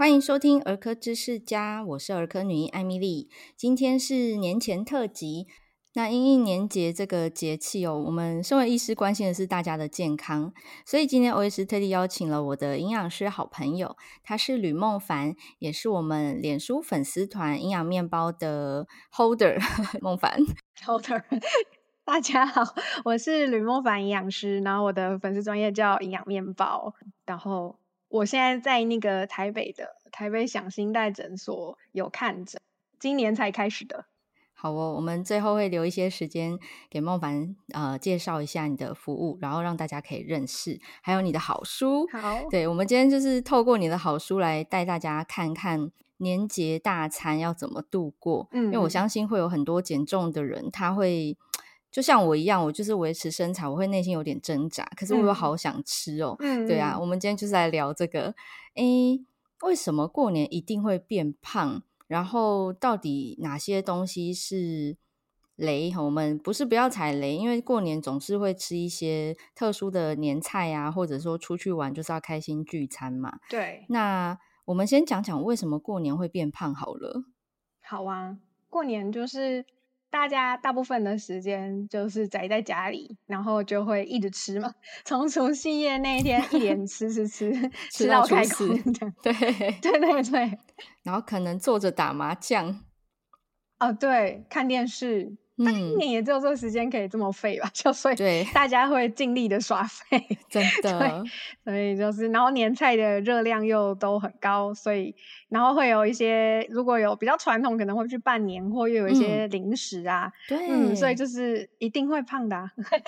欢迎收听儿科知识家，我是儿科女医艾米丽。今天是年前特辑，那因应年节这个节气我们身为医师关心的是大家的健康，所以今天 OS 特地邀请了我的营养师好朋友，他是吕梦凡，也是我们脸书粉丝团营养面包的 holder 梦凡。 holder 大家好，我是吕梦凡营养师，然后我的粉丝专页叫营养面包，然后我现在在那个台北的台北享新代诊所有看诊，今年才开始的。 好我们最后会留一些时间给梦凡介绍一下你的服务，然后让大家可以认识，还有你的好书。 好， 对，我们今天就是透过你的好书来带大家看看年节大餐要怎么度过。因为我相信会有很多减重的人，他会就像我一样，我就是维持身材，我会内心有点挣扎，可是我又好想吃对啊，我们今天就是来聊这个为什么过年一定会变胖，然后到底哪些东西是雷，我们不是不要踩雷，因为过年总是会吃一些特殊的年菜啊，或者说出去玩就是要开心聚餐嘛。 对， 那我们先讲讲为什么过年会变胖好了。 好啊，过年就是大家大部分的时间就是宅在家里，然后就会一直吃嘛，从除夕夜那一天一连吃吃到开工的。 对对对对， 然后可能坐着打麻将对，看电视，大概一年也只有这个时间可以这么废吧，所以对大家会尽力的耍废， 真的对，所以就是然后年菜的热量又都很高，所以然后会有一些如果有比较传统可能会去办年货，又有一些零食啊， 对所以就是一定会胖的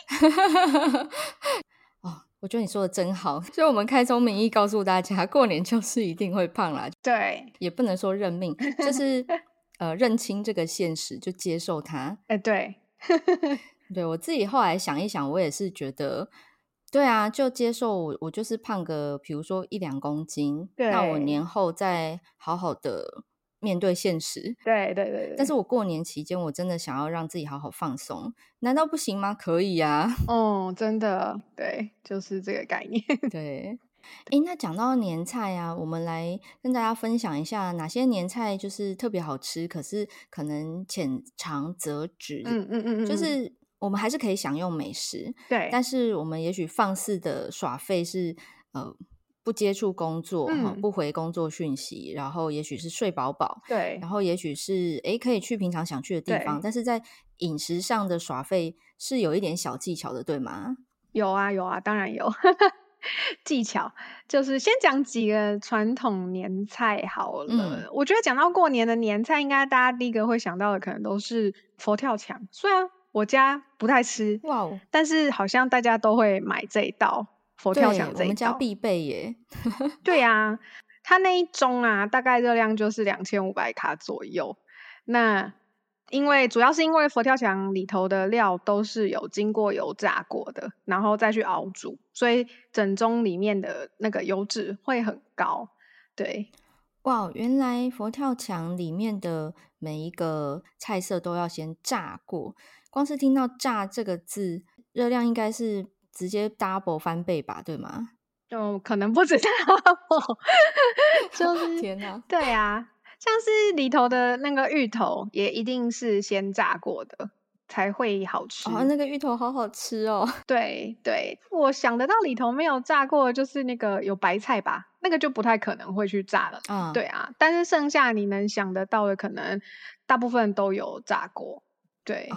我觉得你说的真好，所以我们开宗明义告诉大家，过年就是一定会胖啦， 对， 也不能说认命，就是认清这个现实，就接受它。 对对，我自己后来想一想，我也是觉得对啊，就接受我就是胖个比如说1-2公斤，那我年后再好好的面对现实。 对， 但是我过年期间我真的想要让自己好好放松，难道不行吗？可以啊。 真的，对，就是这个概念。 对，那讲到年菜啊，我们来跟大家分享一下哪些年菜就是特别好吃，可是可能浅尝辄止。就是我们还是可以享用美食， 对， 但是我们也许放肆的耍废是不接触工作，不回工作讯息，然后也许是睡饱饱， 对， 然后也许是可以去平常想去的地方，但是在饮食上的耍废是有一点小技巧的，对吗？ 有啊，当然有技巧，就是先讲几个传统年菜好了。我觉得讲到过年的年菜，应该大家第一个会想到的可能都是佛跳墙。虽然我家不太吃，但是好像大家都会买这一道佛跳墙这一道。 我们家必备耶。 对啊，它那一盅啊，大概热量就是2500卡左右。那主要是因为佛跳墙里头的料都是有经过油炸过的，然后再去熬煮，所以整盅里面的那个油脂会很高。对， 哇，原来佛跳墙里面的每一个菜色都要先炸过，光是听到炸这个字，热量应该是直接 double 翻倍吧，对吗？ 就可能不止 double 就是天哪， 对啊，像是里头的那个芋头也一定是先炸过的才会好吃。 那个芋头好好吃哦。 对，我想得到里头没有炸过的就是那个有白菜吧，那个就不太可能会去炸了。对啊，但是剩下你能想得到的可能大部分都有炸过。对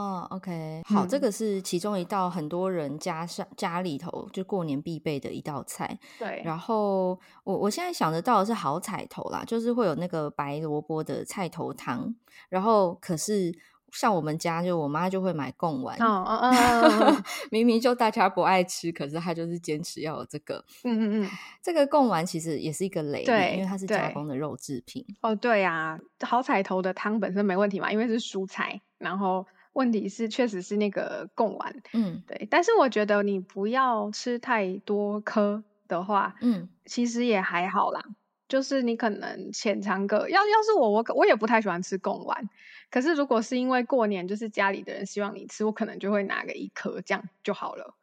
OK， 好，这个是其中一道很多人家里头就过年必备的一道菜。 对， 然后我现在想得到的是好彩头啦，就是会有那个白萝卜的菜头汤，然后可是像我们家就我妈就会买贡丸，明明就大家不爱吃，可是她就是坚持要有这个。这个贡丸其实也是一个雷，因为它是加工的肉制品。 对啊，好彩头的汤本身没问题嘛，因为是蔬菜，然后问题是确实是那个贡丸。对，但是我觉得你不要吃太多颗的话，其实也还好啦。就是你可能浅尝个，要是我也不太喜欢吃贡丸，可是如果是因为过年就是家里的人希望你吃，我可能就会拿个1颗这样就好了。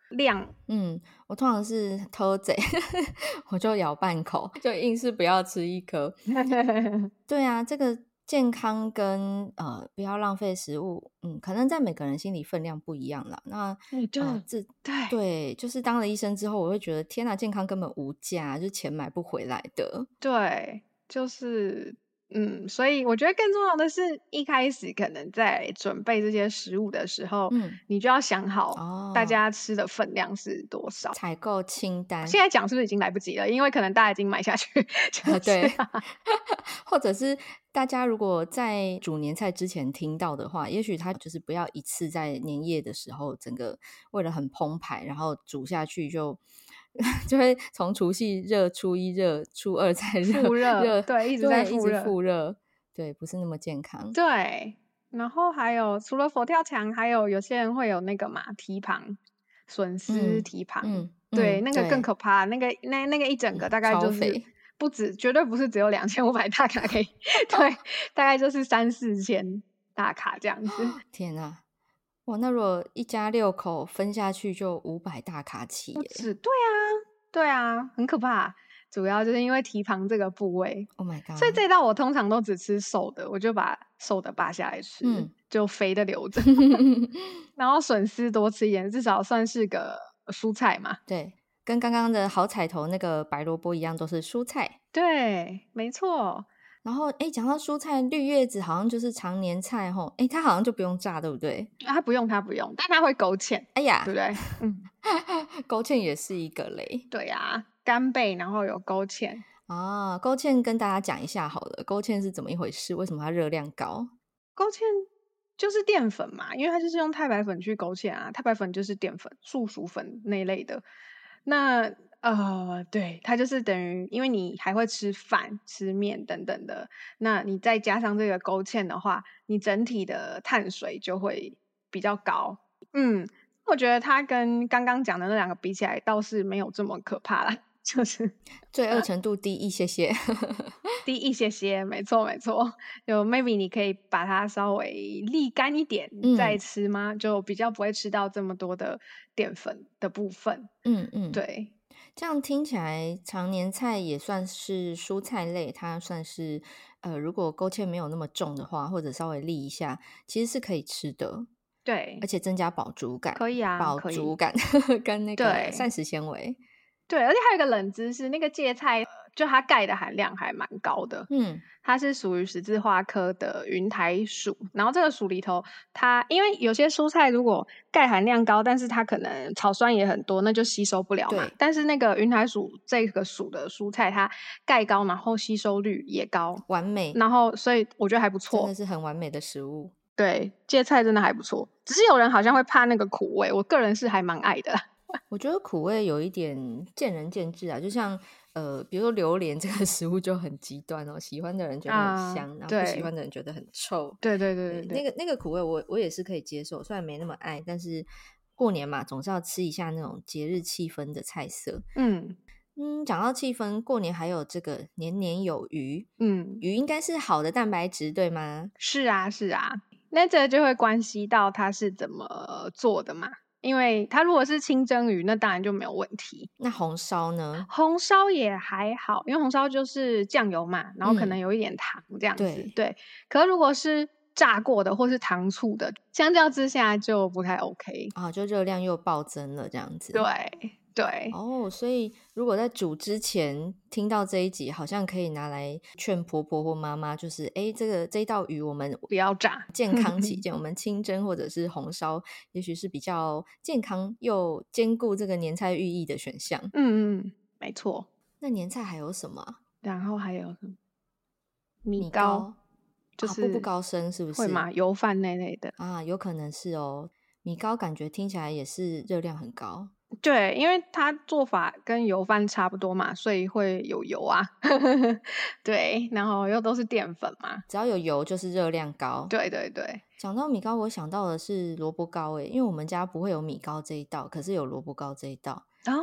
量。 我通常是偷贼我就咬半口，就硬是不要吃一颗对啊，这个健康跟不要浪费食物，可能在每个人心里分量不一样啦。那对，就是当了医生之后，我会觉得天哪，健康根本无价，就钱买不回来的。 对，就是所以我觉得更重要的是一开始可能在准备这些食物的时候，你就要想好大家吃的分量是多少， 采购清单。 现在讲是不是已经来不及了？因为可能大家已经买下去对或者是大家如果在煮年菜之前听到的话，也许他就是不要一次在年夜的时候整个为了很澎湃然后煮下去就会从除夕热、初一热、初二再复热，对，一直在复热，对，不是那么健康。 对，然后还有除了佛跳墙，还有些人会有那个嘛蹄膀，笋丝蹄膀，对，那个更可怕，那个一整个大概就是不止，绝对不是只有2500大卡可以，对，大概就是3-4千大卡这样子。 天啊！哇，那如果一家6口分下去就500大卡起耶。 不止，对啊，很可怕。主要就是因为蹄膀这个部位 ，Oh my god！ 所以这道我通常都只吃瘦的，我就把瘦的拔下来吃，就肥的留着。然后笋丝多吃一点，至少算是个蔬菜嘛。 对，跟刚刚的好彩头那个白萝卜一样，都是蔬菜。 对，没错。 然后讲到蔬菜，绿叶子好像就是常年菜吼，它好像就不用炸，对不对？ 它不用，但它会勾芡。 哎呀， 对不对？ 勾芡也是一个雷。 对啊，干贝然后有勾芡啊。勾芡跟大家讲一下好了，勾芡是怎么一回事？为什么它热量高？ 勾芡就是淀粉嘛，因为它就是用太白粉去勾芡啊，太白粉就是淀粉、素薯粉那一类的。那对，它就是等于，因为你还会吃饭、吃面等等的，那你再加上这个勾芡的话，你整体的碳水就会比较高。我觉得它跟刚刚讲的那两个比起来，倒是没有这么可怕啦，就是罪恶程度低一些些。 低一些些，没错，就 maybe 你可以把它稍微沥干一点再吃吗？就比较不会吃到这么多的淀粉的部分。对。 这样听起来，常年菜也算是蔬菜类，它算是如果勾芡没有那么重的话，或者稍微沥一下，其实是可以吃的。 对， 而且增加饱足感， 可以啊， 饱足感跟那个膳食纤维。 对，而且还有一个冷知识，那个芥菜就它钙的含量还蛮高的。它是属于十字花科的云台属，然后这个属里头，它因为有些蔬菜如果钙含量高，但是它可能草酸也很多，那就吸收不了嘛。但是那个云台属这个属的蔬菜，它钙高，然后吸收率也高， 完美。 然后所以我觉得还不错， 真的是很完美的食物。 对，芥菜真的还不错，只是有人好像会怕那个苦味，我个人是还蛮爱的。 我觉得苦味有一点见仁见智啊，就像比如说榴莲这个食物就很极端哦，喜欢的人觉得很香，然后不喜欢的人觉得很臭。 对， 那个苦味我也是可以接受，虽然没那么爱，但是过年嘛，总是要吃一下那种节日气氛的菜色。讲到气氛，过年还有这个年年有余。鱼应该是好的蛋白质，对吗？ 是啊，那这就会关系到它是怎么做的嘛。因为它如果是清蒸鱼，那当然就没有问题。 那红烧呢？ 红烧也还好，因为红烧就是酱油嘛，然后可能有一点糖这样子。对。可是如果是炸过的或是糖醋的，相较之下就不太 OK 啊，就热量又暴增了这样子。 对所以如果在煮之前听到这一集，好像可以拿来劝婆婆或妈妈，就是这一道鱼我们不要炸， 健康起见，我们清蒸或者是红烧，也许是比较健康又兼顾这个年菜寓意的选项。 没错。 那年菜还有什么？ 然后还有什么？米糕，就是步步高升，是不是？ 会吗？油饭那类的啊，有可能是哦。米糕感觉听起来也是热量很高。 对，因为它做法跟油饭差不多嘛，所以会有油啊。对，然后又都是淀粉嘛， 只要有油就是热量高。 对。 讲到米糕，我想到的是萝卜糕因为我们家不会有米糕这一道，可是有萝卜糕这一道。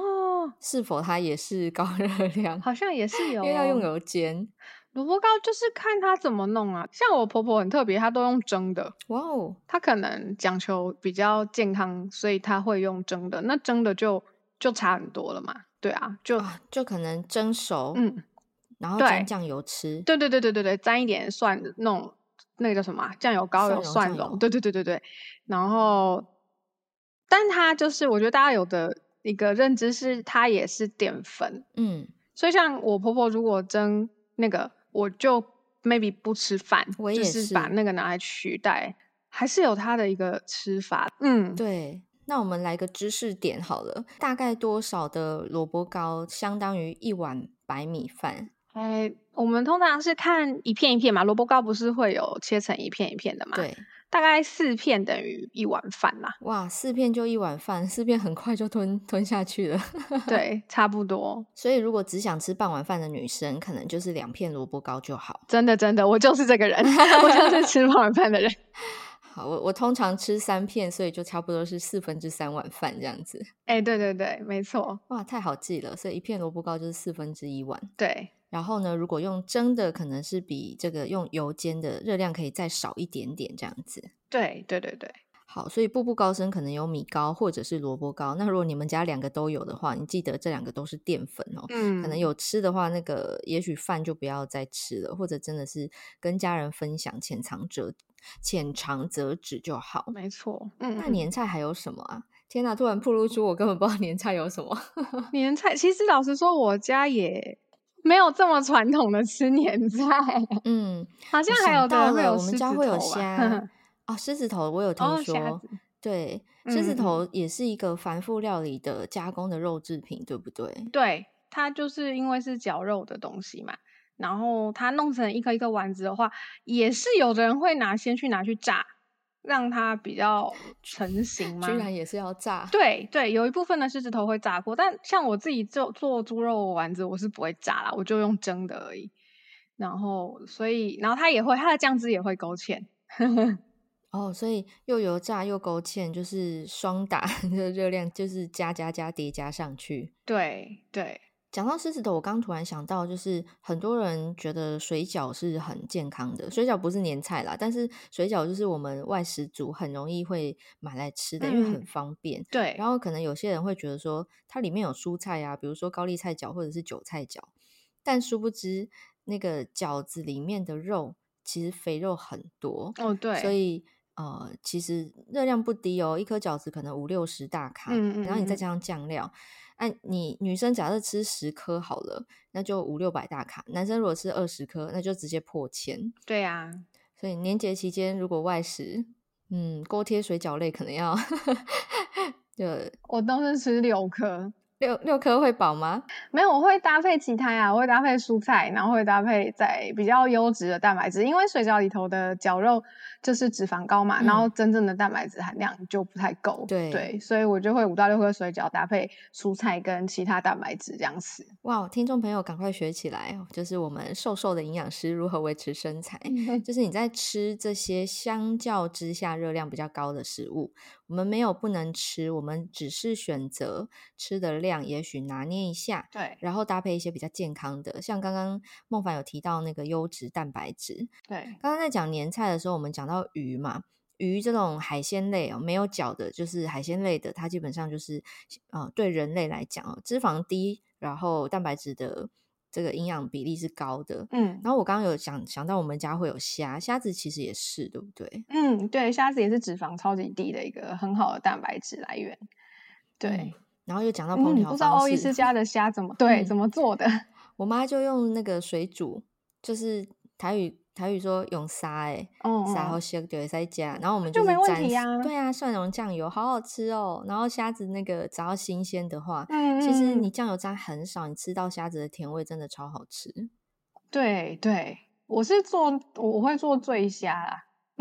是否它也是高热量？ 好像也是有， 因为要用油煎。 萝卜糕就是看它怎么弄啊，像我婆婆很特别，她都用蒸的。哇哦，她可能讲求比较健康，所以她会用蒸的。那蒸的就差很多了嘛。对啊， 就可能蒸熟，然后沾酱油吃。 对，沾一点蒜，那个叫什么酱油膏，有蒜蓉。对。然后，但它就是我觉得大家有的一个认知是它也是淀粉。所以像我婆婆如果蒸那个，我就 maybe 不吃饭， 我也就是把那个拿来取代，还是有它的一个吃法。 对。那我们来个知识点好了，大概多少的萝卜糕相当于1碗白米饭？ 我们通常是看一片一片嘛，萝卜糕不是会有切成一片一片的嘛？对，大概4片等于1碗饭啦。 哇，4片就1碗饭，4片很快就吞下去了。 对，差不多。 所以如果只想吃半碗饭的女生，可能就是2片萝卜糕就好。 真的，我就是这个人，我就是吃半碗饭的人。 好，我通常吃3片，所以就差不多是3/4碗饭这样子。 对，没错。 哇，太好记了，所以1片萝卜糕就是1/4碗。 对。 然后呢，如果用蒸的，可能是比这个用油煎的热量可以再少一点点这样子。 对。 好，所以步步高升可能有米糕或者是萝卜糕。那如果你们家2个都有的话，你记得这2个都是淀粉哦。可能有吃的话，那个也许饭就不要再吃了，或者真的是跟家人分享，浅尝辄止就好。 没错。 那年菜还有什么啊？天哪，突然暴露出我根本不知道年菜有什么。 年菜其实老实说，我家也没有这么传统的吃年菜。好像还有到了， 我们家会有虾。狮子头我有听说。对，狮子头也是一个繁复料理的加工的肉制品，对不对？ 对，它就是因为是绞肉的东西嘛，然后它弄成一颗一颗丸子的话，也是有的人会先去拿去炸，让它比较成型吗？ 居然也是要炸？ 对，有一部分的狮子头会炸过，但像我自己做猪肉丸子，我是不会炸啦，我就用蒸的而已。然后它的酱汁也会勾芡。 所以又油炸又勾芡，就是双打的热量，就是加叠加上去。 对。 讲到狮子头，我刚突然想到，就是很多人觉得水饺是很健康的，水饺不是年菜啦，但是水饺就是我们外食族很容易会买来吃的，因为很方便。 对。 然后可能有些人会觉得说，它里面有蔬菜啊，比如说高丽菜饺或者是韭菜饺，但殊不知那个饺子里面的肉其实肥肉很多。 对。 所以其实热量不低哦，一颗饺子可能50-60大卡，然后你再加上酱料。你女生假设吃10颗好了，那就500-600大卡。男生如果吃20颗，那就直接破1000。 对啊， 所以年节期间如果外食，锅贴水饺类可能要我都是吃6颗。 6颗会饱吗？ 没有，我会搭配其他呀，我会搭配蔬菜，然后会搭配在比较优质的蛋白质，因为水饺里头的绞肉就是脂肪高嘛，然后真正的蛋白质含量就不太够。对，所以我就会5到6颗水饺搭配蔬菜跟其他蛋白质这样吃。 哇，听众朋友赶快学起来，就是我们瘦瘦的营养师如何维持身材。就是你在吃这些相较之下热量比较高的食物，我们没有不能吃，我们只是选择吃的量也许拿捏一下。 对， 然后搭配一些比较健康的，像刚刚孟凡有提到那个优质蛋白质。 对， 刚刚在讲年菜的时候，我们讲到鱼嘛，鱼这种海鲜类没有脚的，就是海鲜类的，它基本上就是对人类来讲脂肪低，然后蛋白质的这个营养比例是高的。然后我刚刚有想到我们家会有虾子其实也是，对不对？ 对，虾子也是脂肪超级低的一个很好的蛋白质来源。对。 然后又讲到烹调方式， 不知道欧医师家的虾怎么做的？ 我妈就用那个水煮，就是台语说用沙沙好鲜就在加，然后我们就是沾对啊蒜蓉酱油，好好吃哦。然后虾子那个只要新鲜的话，其实你酱油沾很少，你吃到虾子的甜味真的超好吃。 对，我会做醉虾啦。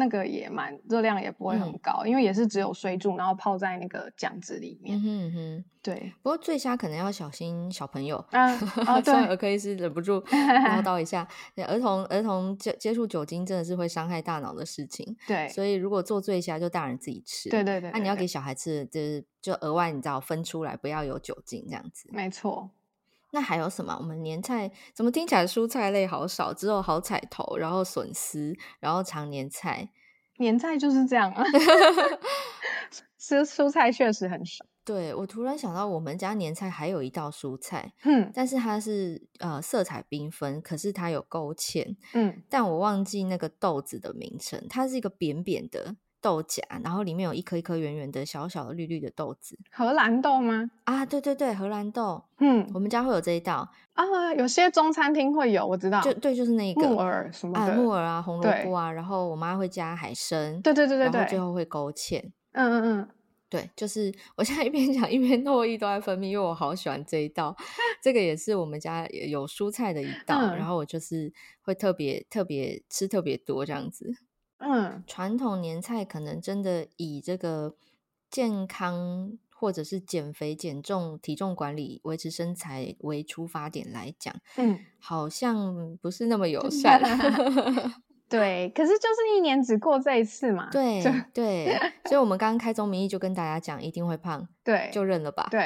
那个也热量也不会很高，因为也是只有水煮，然后泡在那个酱汁里面。对。 不过醉虾可能要小心小朋友。 对， 虽然儿科医师忍不住唠叨一下，儿童接触酒精真的是会伤害大脑的事情。 对， 所以如果做醉虾就大人自己吃。 对。 那你要给小孩吃，就额外你知道分出来，不要有酒精这样子。 没错。 那还有什么？我们年菜怎么听起来蔬菜类好少，只有好彩头，然后笋丝，然后常年菜。 年菜就是这样啊。蔬菜确实很少。 对，我突然想到我们家年菜还有一道蔬菜，但是它是色彩缤纷，可是它有勾芡，但我忘记那个豆子的名称，它是一个扁扁的豆荚，然后里面有一颗一颗圆圆的小小的绿绿的豆子。 荷兰豆吗？ 啊，对对对，荷兰豆。我们家会有这一道啊，有些中餐厅会有，我知道。 对，就是那个木耳什么的， 木耳啊，红萝卜啊，然后我妈会加海参， 对， 然后最后会勾芡。对，就是我现在一边讲一边唾液都在分泌，因为我好喜欢这一道。这个也是我们家有蔬菜的一道，然后我就是会特别吃特别多这样子。传统年菜可能真的以这个健康或者是减肥减重体重管理维持身材为出发点来讲，好像不是那么友善。 对，可是就是一年只过这一次嘛。 对，所以我们刚刚开宗明义就跟大家讲一定会胖， 对， 就认了吧。 对。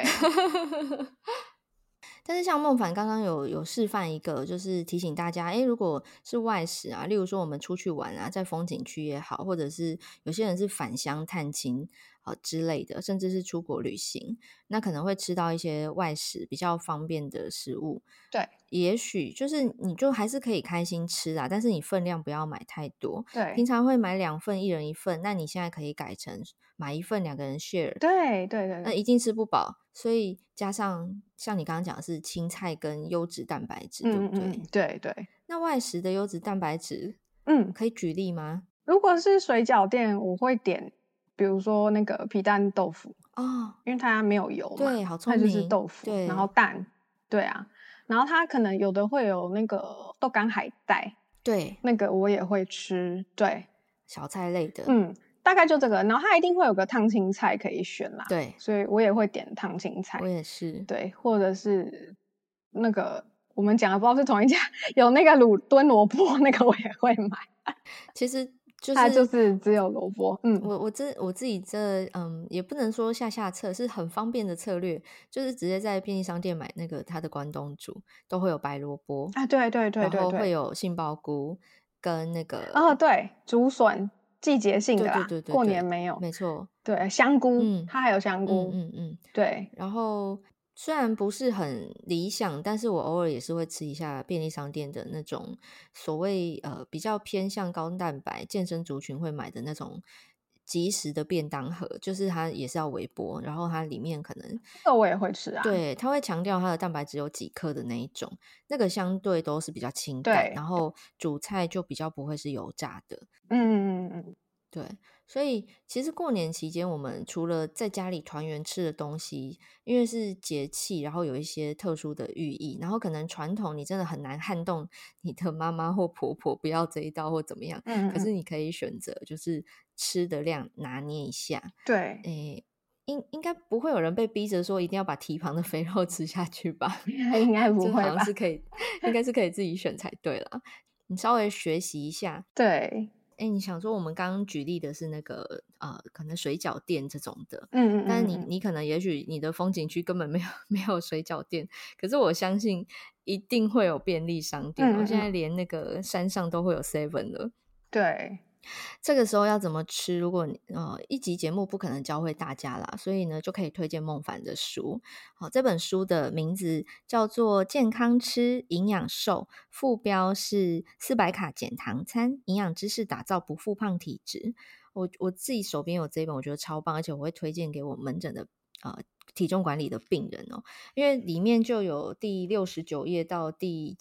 但是像孟凡刚刚有示范一个，就是提醒大家，如果是外食啊，例如说我们出去玩啊，在风景区也好，或者是有些人是返乡探亲之类的，甚至是出国旅行，那可能会吃到一些外食比较方便的食物。 对， 也许就是你就还是可以开心吃啊，但是你分量不要买太多。 对， 平常会买2份，一人1份，那你现在可以改成买1份2个人 share。 对， 那一定吃不饱，所以加上像你刚刚讲的是青菜跟优质蛋白质，对不对？ 对对。 那外食的优质蛋白质，可以举例吗？ 如果是水饺店，我会点比如说那个皮蛋豆腐因为它没有油嘛， 对，好聪明， 它就是豆腐， 对， 然后蛋，对啊，然后它可能有的会有那个豆干海带， 对， 那个我也会吃，对， 小菜类的， 大概就这个，然后它一定会有个烫青菜可以选啦， 对， 所以我也会点烫青菜， 我也是， 对，或者是那个我们讲的不知道是同一家，有那个炖萝卜，那个我也会买， 其实它就是只有萝卜， 我自己也不能说下策，是很方便的策略，就是直接在便利商店买那个它的关东煮，都会有白萝卜啊，对，然后会有杏鲍菇跟那个对，竹笋季节性的， 对， 过年没有， 没错， 对，香菇，它还有香菇，对， 然后虽然不是很理想，但是我偶尔也是会吃一下便利商店的那种所谓比较偏向高蛋白健身族群会买的那种即食的便当盒，就是它也是要微波，然后它里面可能这我也会吃啊， 对，它会强调它的蛋白质有几克的那一种，那个相对都是比较清淡，然后主菜就比较不会是油炸的，对，所以其实过年期间，我们除了在家里团圆吃的东西，因为是节气，然后有一些特殊的寓意，然后可能传统你真的很难撼动你的妈妈或婆婆不要这一道或怎么样，可是你可以选择就是吃的量拿捏一下， 对， 应该不会有人被逼着说一定要把蹄膀的肥肉吃下去吧？ 应该不会吧？ 好像是可以，应该是可以自己选才对啦。你稍微学习一下， 对。 你想说我们刚刚举例的是那个可能水饺店这种的，但是你可能也许你的风景区根本没有水饺店，可是我相信一定会有便利商店，现在连那个山上都会有 7 了， 对。 这个时候要怎么吃？如果一集节目不可能教会大家啦，所以呢就可以推荐孟凡的书。这本书的名字叫做《健康吃营养瘦》，副标是400卡减糖餐，营养知识打造不复胖体质。我自己手边有这一本，我觉得超棒，而且我会推荐给我门诊的体重管理的病人因为里面就有第69页到第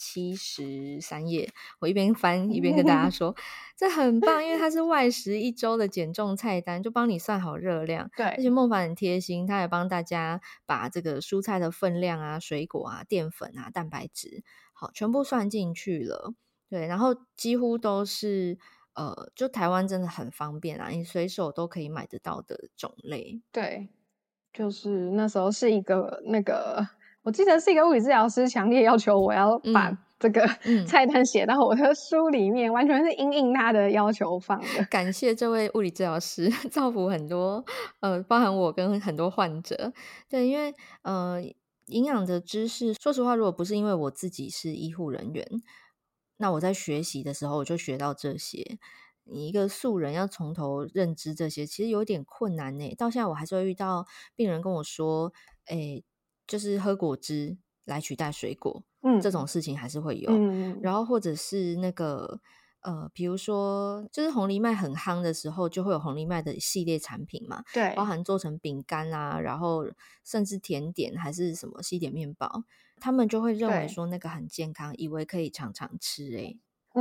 73页，我一边翻一边跟大家说这很棒，因为它是外食1周的减重菜单，就帮你算好热量， 对， 而且孟凡很贴心，他也帮大家把这个蔬菜的分量啊、水果啊、淀粉啊、蛋白质好全部算进去了，对，然后几乎都是就台湾真的很方便啊，你随手都可以买得到的种类。 对，就是那时候是一个我记得是一个物理治疗师强烈要求我要把这个菜单写到我的书里面，完全是因应他的要求放的。 感谢这位物理治疗师，造福很多包含我跟很多患者。对，因为营养的知识，说实话，如果不是因为我自己是医护人员，那我在学习的时候我就学到这些。你一个素人要从头认知这些，其实有点困难呢。到现在我还是会遇到病人跟我说，就是喝果汁来取代水果，这种事情还是会有。然后或者是那个比如说就是红藜麦很夯的时候，就会有红藜麦的系列产品嘛， 对， 包含做成饼干啊，然后甚至甜点还是什么西点面包，他们就会认为说那个很健康，以为可以常常吃。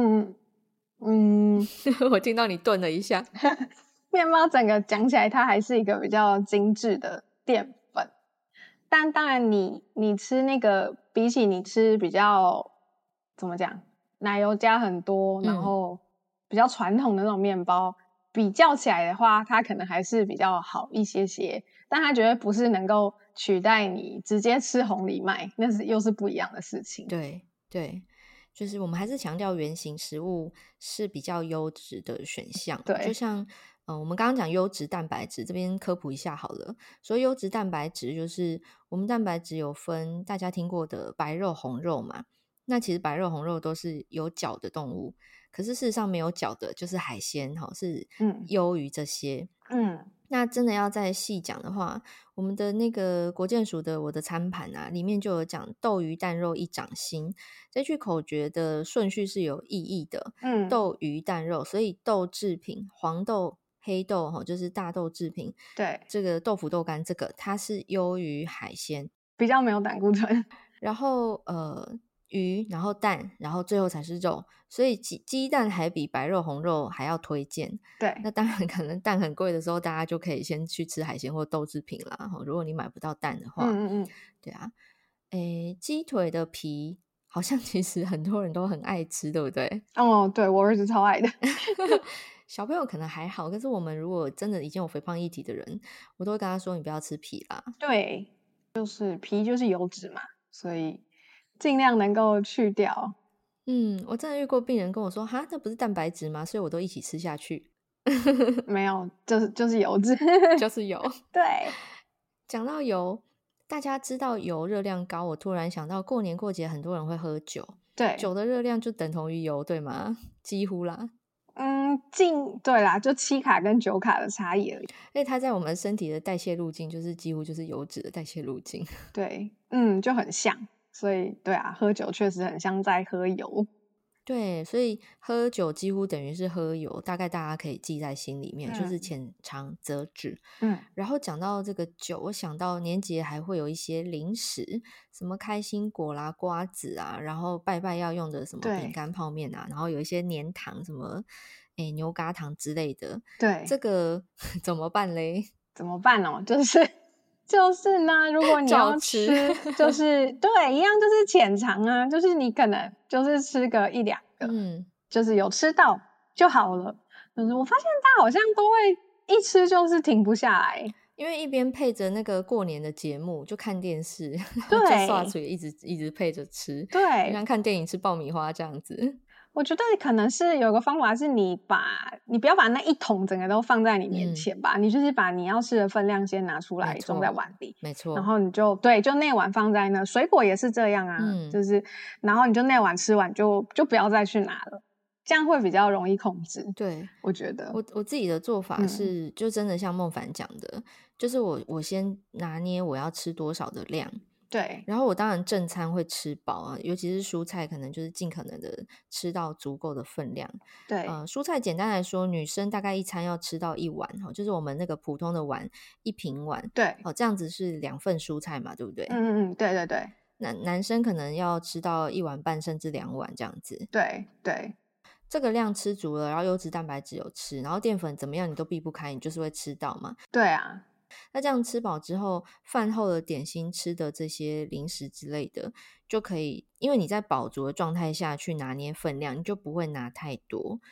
我听到你顿了一下。 面包整个讲起来它还是一个比较精致的淀粉，但当然你吃那个比起你吃比较怎么讲奶油加很多然后比较传统的那种面包比较起来的话，它可能还是比较好一些些，但它绝对不是能够取代你直接吃红藜麦，那又是不一样的事情。 对对，就是我们还是强调原型食物是比较优质的选项。 对， 就像我们刚刚讲优质蛋白质，这边科普一下好了。所以优质蛋白质就是我们蛋白质有分大家听过的白肉红肉嘛，那其实白肉红肉都是有角的动物，可是事实上没有角的就是海鲜是优于这些。那真的要再细讲的话，我们的那个国健署的我的餐盘啊，里面就有讲豆鱼蛋肉一掌心，这句口诀的顺序是有意义的。豆鱼蛋肉，所以豆制品黄豆黑豆就是大豆制品， 对， 这个豆腐豆干这个它是优于海鲜， 比较没有胆固醇。 然后鱼，然后蛋，然后最后才是肉，所以鸡蛋还比白肉红肉还要推荐。 对， 那当然可能蛋很贵的时候，大家就可以先去吃海鲜或豆制品啦。如果你买不到蛋的话，对啊，鸡腿的皮好像其实很多人都很爱吃，对不对？ 对，我儿子超爱的。 小朋友可能还好，可是我们如果真的已经有肥胖议题的人，我都会跟他说你不要吃皮啦。 对，就是皮就是油脂嘛，所以尽量能够去掉。 我真的遇过病人跟我说哈，那不是蛋白质吗？所以我都一起吃下去。 没有，就是油脂。 就是油。 对， 讲到油，大家知道油热量高，我突然想到过年过节很多人会喝酒， 对， 酒的热量就等同于油，对吗？几乎啦。 对啦，就7卡跟9卡的差异而已。 因为它在我们身体的代谢路径就是几乎就是油脂的代谢路径。 对，就很像，所以对啊，喝酒确实很像在喝油。 对，所以喝酒几乎等于是喝油，大概大家可以记在心里面，就是浅尝辄止。然后讲到这个酒，我想到年节还会有一些零食，什么开心果啦、瓜子啊，然后拜拜要用的什么饼干、泡面啊，然后有一些黏糖，什么牛轧糖之类的。 对， 这个怎么办嘞？ 怎么办哦？就是呢，如果你要吃，就是对，一样就是浅尝啊，就是你可能就是吃个1-2个，就是有吃到就好了。就是我发现大家好像都会一吃就是停不下来， 因为一边配着那个过年的节目就看电视， 对， 就刷嘴一直配着吃， 对， 就像看电影吃爆米花这样子。 我觉得可能是有个方法是你不要把那一桶整个都放在你面前吧，你就是把你要吃的分量先拿出来装在碗里， 没错， 然后你就那碗放在那，水果也是这样啊，就是然后你就那碗吃完就不要再去拿了，这样会比较容易控制。 对， 我觉得我自己的做法是，就真的像孟凡讲的，就是我先拿捏我要吃多少的量。 对， 然后我当然正餐会吃饱啊，尤其是蔬菜，可能就是尽可能的吃到足够的分量。 对， 蔬菜简单来说，女生大概一餐要吃到1碗，就是我们那个普通的碗1平碗， 对， 这样子是2份蔬菜嘛，对不对？ 对对对。 男生可能要吃到1碗半甚至2碗这样子。 对对， 这个量吃足了，然后优质蛋白质有吃，然后淀粉怎么样你都避不开，你就是会吃到嘛。 对啊。 那这样吃饱之后，饭后的点心吃的这些零食之类的，就可以，因为你在饱足的状态下去拿捏分量，你就不会拿太多。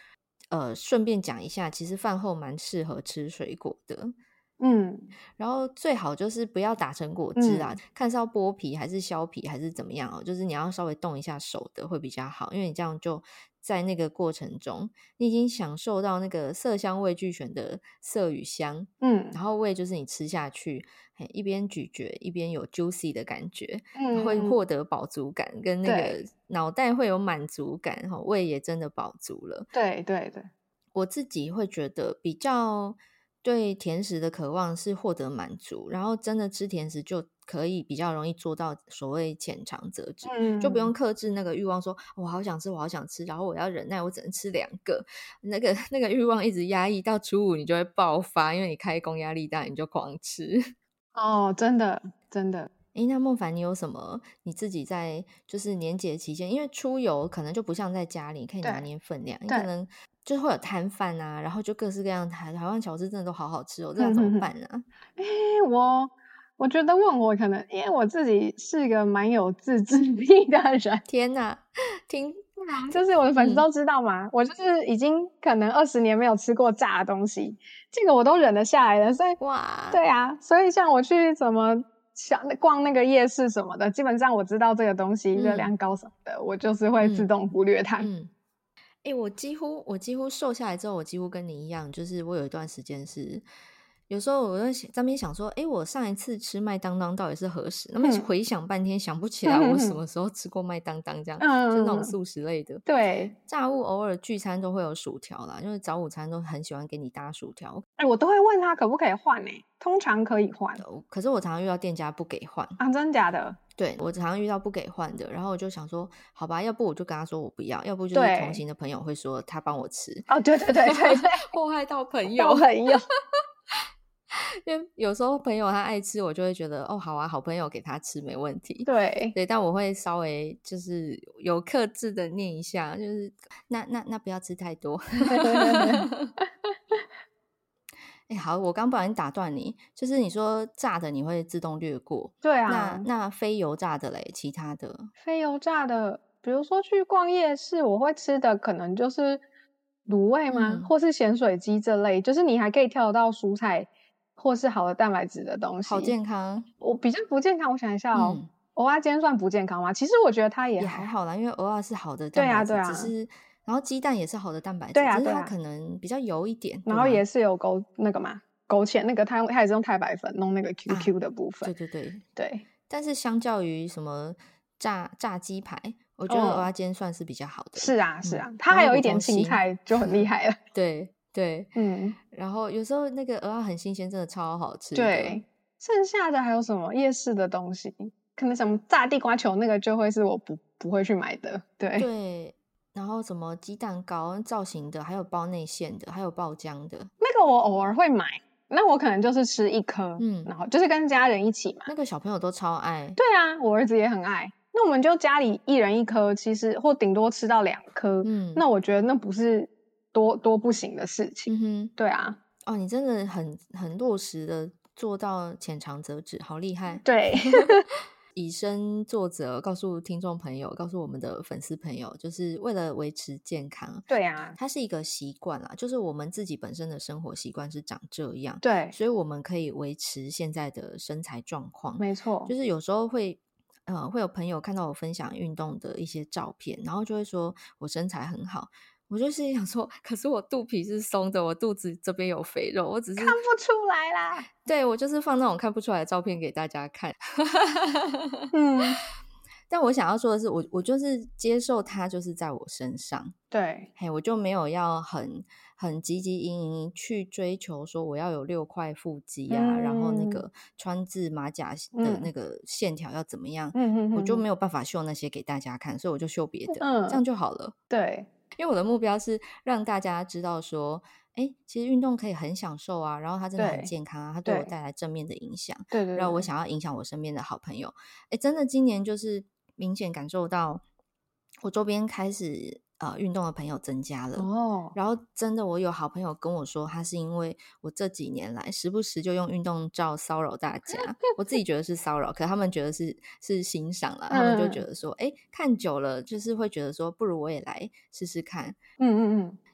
顺便讲一下，其实饭后蛮适合吃水果的。然后最好就是不要打成果汁啊，看是要剥皮还是削皮还是怎么样哦，就是你要稍微动一下手的会比较好，因为你这样就在那个过程中你已经享受到那个色香味俱全的色与香，然后味就是你吃下去一边咀嚼一边有 juicy 的感觉，会获得饱足感跟那个脑袋会有满足感，胃也真的饱足了。 对对对， 我自己会觉得比较对甜食的渴望是获得满足，然后真的吃甜食就可以比较容易做到所谓浅尝辄止，就不用克制那个欲望说我好想吃我好想吃，然后我要忍耐我只能吃2个，那个欲望一直压抑到初5你就会爆发，因为你开工压力大你就狂吃。 哦，真的真的。 那孟凡你有什么你自己在就是年节期间，因为出游可能就不像在家里可以拿捏分量，你可能就是会有摊贩啊，然后就各式各样台湾小吃真的都好好吃哦，这要怎么办啊？ 我觉得问我可能因为我自己是个蛮有自制力的人。 天哪， 就是我的粉丝都知道嘛，我就是已经可能20年没有吃过炸的东西，这个我都忍得下来了。所以哇， 对啊，所以像我去什么逛那个夜市什么的，基本上我知道这个东西热量高什么的，我就是会自动忽略它。 我几乎瘦下来之后，我几乎跟你一样，就是我有一段时间是有时候我在那边想说我上一次吃麦当当到底是何时，那么回想半天想不起来我什么时候吃过麦当当，这样就那种素食类的。 对， 炸物偶尔聚餐都会有薯条啦，因为早午餐都很喜欢给你搭薯条。 我都会问他可不可以换通常可以换， 可是我常常遇到店家不给换啊，真的假的？ 对，我常常遇到不给换的，然后我就想说好吧，要不我就跟他说我不要，要不就是同行的朋友会说他帮我吃。 哦，对对对对对， 祸害到朋友因为有时候朋友他爱吃，我就会觉得好啊，好朋友给他吃没问题。 对， 但我会稍微就是有克制的念一下，就是那不要吃太多。好，我刚不小心打断你，就是你说炸的你会自动略过。 对啊， 那非油炸的嘞，其他的非油炸的，比如说去逛夜市，我会吃的可能就是卤味吗？或是咸水鸡这类，就是你还可以挑得到蔬菜或是好的蛋白质的东西， 好健康。 我比较不健康，我想一下蚵仔煎算不健康吗？其实我觉得它也还好啦，因为蚵仔是好的蛋白质，只是然后鸡蛋也是好的蛋白质，只是它可能比较油一点， 然后也是有勾芡，那个它也是用太白粉弄那个 QQ 的部分。对， 但是相较于什么炸鸡排，我觉得蚵仔煎算是比较好的。 是啊，它还有一点青菜就很厉害了。 对，然后有时候那个蚵仔很新鲜，真的超好吃的。 对，剩下的还有什么夜市的东西？可能什么炸地瓜球那个就会是我不会去买的。 对，然后什么鸡蛋糕造型的，还有包内馅的，还有爆浆的， 那个我偶尔会买。那我可能就是吃1颗，然后就是跟家人一起嘛。 那个小朋友都超爱。 对啊，我儿子也很爱。那我们就家里1人1颗，其实或顶多吃到2颗。那我觉得那不是多不行的事情。对啊。 你真的很落实的做到浅尝辄止，好厉害。 对。 以身作则，告诉听众朋友，告诉我们的粉丝朋友，就是为了维持健康。 对啊， 它是一个习惯啦，就是我们自己本身的生活习惯是长这样， 对， 所以我们可以维持现在的身材状况。 没错， 就是有时候会有朋友看到我分享运动的一些照片，然后就会说我身材很好。我就是想说，可是我肚皮是松的，我肚子这边有肥肉，我只是看不出来啦。 对，我就是放那种看不出来的照片给大家看。但我想要说的是，我就是接受它就是在我身上。 对， 我就没有要很汲汲营营去追求说我要有6块腹肌啊，然后那个川字马甲的那个线条要怎么样，我就没有办法秀那些给大家看，所以我就秀别的，这样就好了。 对。 因为我的目标是让大家知道说其实运动可以很享受啊，然后它真的很健康啊，它对我带来正面的影响。 对， 然后我想要影响我身边的好朋友。真的今年就是明显感受到我周边开始运动的朋友增加了。然后真的我有好朋友跟我说，他是因为我这几年来时不时就用运动照骚扰大家。我自己觉得是骚扰，可他们觉得是欣赏啦。他们就觉得说看久了就是会觉得说不如我也来试试看。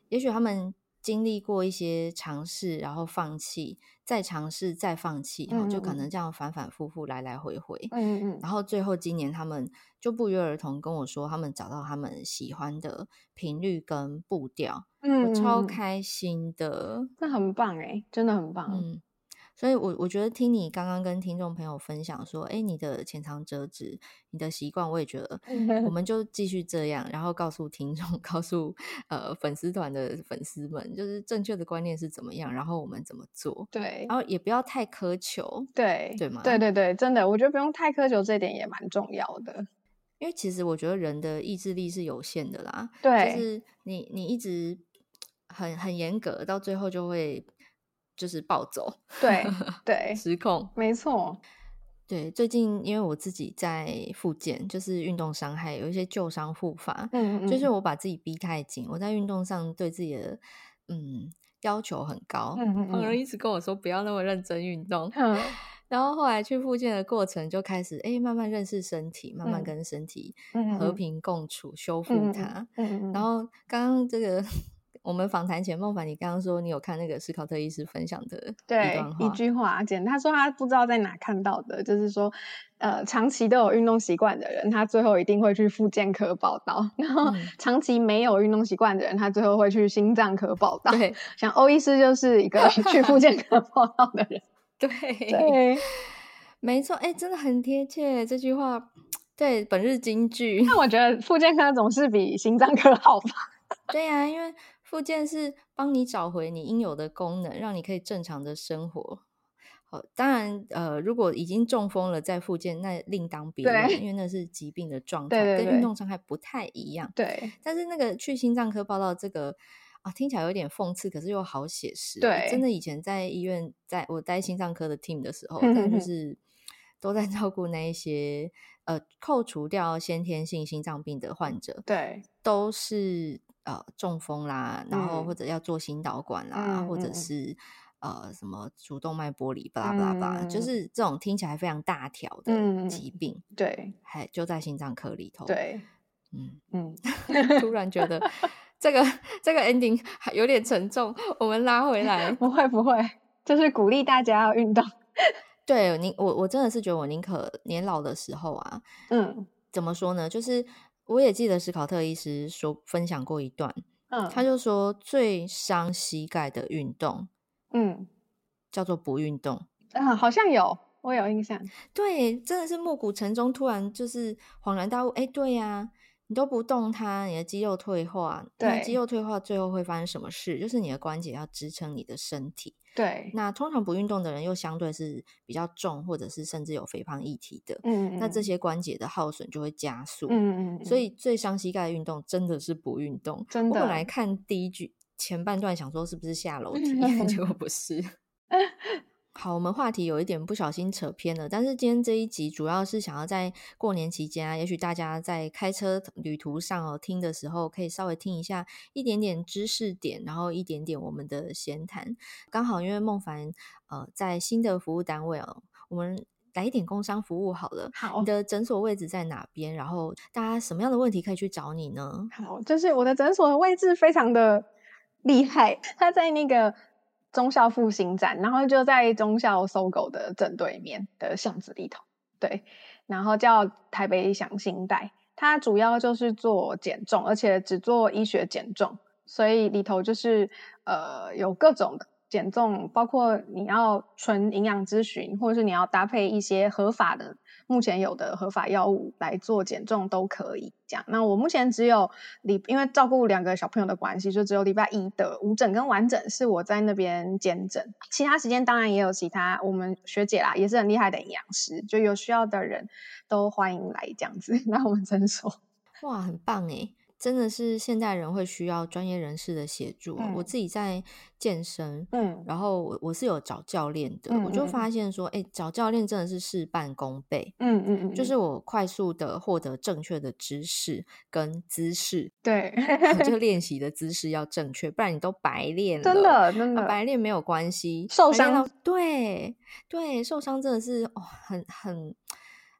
也许他们经历过一些尝试，然后放弃，再尝试，再放弃，就可能这样反反复复来来回回。然后最后今年他们就不约而同跟我说，他们找到他们喜欢的频率跟步调。我超开心的， 那很棒欸，真的很棒。 所以我觉得听你刚刚跟听众朋友分享说，你的浅尝辄止，你的习惯，我也觉得我们就继续这样，然后告诉听众，告诉粉丝团的粉丝们，就是正确的观念是怎么样，然后我们怎么做。 对， 然后也不要太苛求，对吗？ 对对对，真的，我觉得不用太苛求，这一点也蛮重要的。 因为其实我觉得人的意志力是有限的啦， 对， 就是你一直很严格，到最后就会就是暴走， 对对， 失控， 没错。 对，最近因为我自己在复健，就是运动伤害，有一些旧伤复发，就是我把自己逼太紧，我在运动上对自己的要求很高，旁人一直跟我说不要那么认真运动，然后后来去复健的过程就开始慢慢认识身体，慢慢跟身体和平共处，修复它。然后刚刚这个我们访谈前，孟凡，你刚刚说你有看那个史考特医师分享的一段话， 一句话，他说他不知道在哪看到的，就是说长期都有运动习惯的人，他最后一定会去复健科报道，然后长期没有运动习惯的人，他最后会去心脏科报道。 对， 像欧医师就是一个去复健科报道的人。 对，没错，真的很贴切这句话，对，本日金句。 那我觉得复健科总是比心脏科好吧？ 对啊，因为复健是帮你找回你应有的功能，让你可以正常的生活。好，当然如果已经中风了再复健，那另当别论，因为那是疾病的状态，跟运动伤害不太一样。 对， 但是那个去心脏科报道这个听起来有点讽刺，可是又好写实。 对， 真的以前在医院，在我待心脏科的 team 的时候，真的就是都在照顾那一些扣除掉先天性心脏病的患者， 对， 都是中风啦，然后或者要做心导管啦，或者是什么主动脉剥离，巴拉巴拉巴拉，就是这种听起来非常大条的疾病， 对， 还就在心脏科里头。 对， 突然觉得这个 ending 有点沉重，我们拉回来。 不会，就是鼓励大家要运动。 对，我真的是觉得我宁可年老的时候啊，怎么说呢？就是我也记得史考特医师分享过一段，他就说最伤膝盖的运动，叫做不运动。 好像有，我有印象。 对，真的是暮鼓晨钟，突然就是恍然大悟。对呀，你都不动它，你的肌肉退化，那肌肉退化最后会发生什么事？就是你的关节要支撑你的身体。 对， 那通常不运动的人又相对是比较重，或者是甚至有肥胖议题的，那这些关节的耗损就会加速。所以最伤膝盖的运动真的是不运动。 真的， 我本来看第一句前半段想说是不是下楼梯，结果不是。好，我们话题有一点不小心扯偏了，但是今天这一集主要是想要在过年期间也许大家在开车旅途上听的时候，可以稍微听一下一点点知识点，然后一点点我们的闲谈。刚好因为孟凡在新的服务单位我们来一点工商服务好了。 好， 你的诊所位置在哪边？然后大家什么样的问题可以去找你呢？ 好，就是我的诊所的位置非常的厉害，它在那个忠孝复兴站，然后就在忠孝搜狗的正对面的巷子里头。对，然后叫台北祥兴代，它主要就是做减重，而且只做医学减重，所以里头就是有各种的减重，包括你要纯营养咨询，或者是你要搭配一些合法的目前有的合法药物来做减重都可以。这样，那我目前只有因为照顾2个小朋友的关系，就只有礼拜一的午诊跟晚诊是我在那边兼诊，其他时间当然也有其他我们学姐啦，也是很厉害的营养师，就有需要的人都欢迎来这样子来我们诊所。 哇，很棒耶，真的是现代人会需要专业人士的协助。我自己在健身，然后我是有找教练的，我就发现说找教练真的是事半功倍。就是我快速的获得正确的知识跟姿势， 对这个练习的姿势要正确，不然你都白练了， 真的白练没有关系， 受伤对受伤真的是很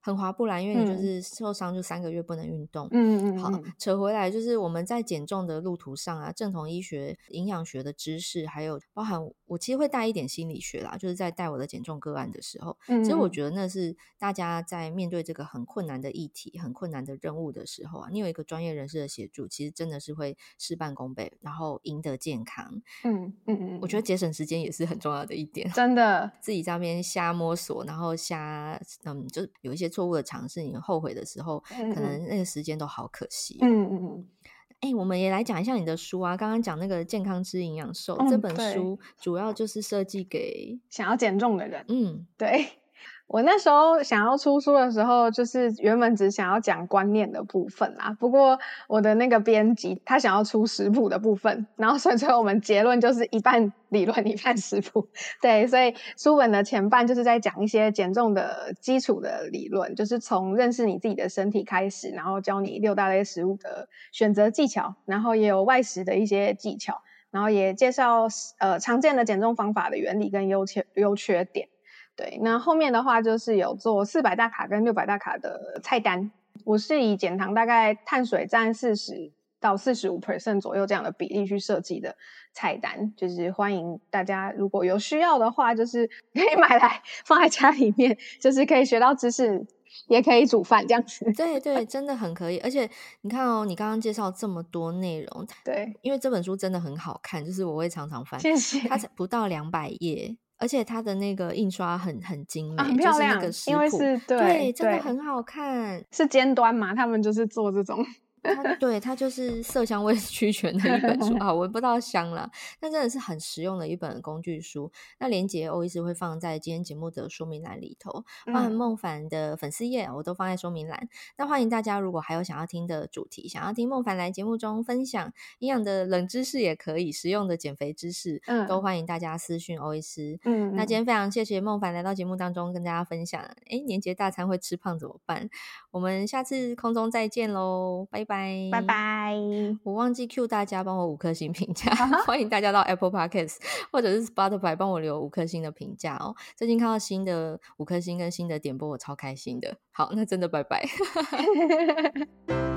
很划不来，因为你就是受伤就3个月不能运动。好，扯回来就是我们在减重的路途上啊，正统医学、营养学的知识，还有包含我其实会带一点心理学啦，就是在带我的减重个案的时候，其实我觉得那是大家在面对这个很困难的议题、很困难的任务的时候啊，你有一个专业人士的协助，其实真的是会事半功倍，然后赢得健康。我觉得节省时间也是很重要的一点， 真的自己在那边瞎摸索，然后就是有一些错误的尝试，你后悔的时候，可能那个时间都好可惜。我们也来讲一下你的书啊，刚刚讲那个健康吃营养瘦，这本书主要就是设计给想要减重的人。对，我那时候想要出书的时候，就是原本只想要讲观念的部分啦，不过我的那个编辑他想要出食谱的部分，然后所以我们结论就是一半理论一半食谱。对，所以书本的前半就是在讲一些减重的基础的理论，就是从认识你自己的身体开始，然后教你6大类食物的选择技巧，然后也有外食的一些技巧，然后也介绍常见的减重方法的原理跟优缺点。对，那后面的话就是有做400大卡跟600大卡的菜单，我是以减糖大概碳水占40到45% 左右这样的比例去设计的菜单，就是欢迎大家如果有需要的话，就是可以买来放在家里面，就是可以学到知识，也可以煮饭这样子。 对对，真的很可以。而且你看哦，你刚刚介绍这么多内容， 对， 因为这本书真的很好看，就是我会常常翻， 谢谢。 它才不到200页。而且它的那个印刷很精美， 很漂亮， 就是那个食谱， 因为是对，真的很好看。 是尖端嘛，他们就是做这种。 它就是色香味俱全的一本书啊，闻不到香啦，但真的是很实用的一本工具书。那连结欧医师会放在今天节目的说明栏里头，包含孟凡的粉丝页我都放在说明栏。那欢迎大家如果还有想要听的主题，想要听孟凡来节目中分享营养的冷知识也可以，实用的减肥知识，都欢迎大家私讯欧医师。那今天非常谢谢孟凡来到节目当中跟大家分享年节大餐会吃胖怎么办，我们下次空中再见咯，拜拜。 拜拜。 我忘记 cue 大家帮我5颗星评价，欢迎大家到 Apple Podcast 或者是 Spotify 帮我留5颗星的评价哦。最近看到新的5颗星跟新的点播，我超开心的。好，那真的拜拜。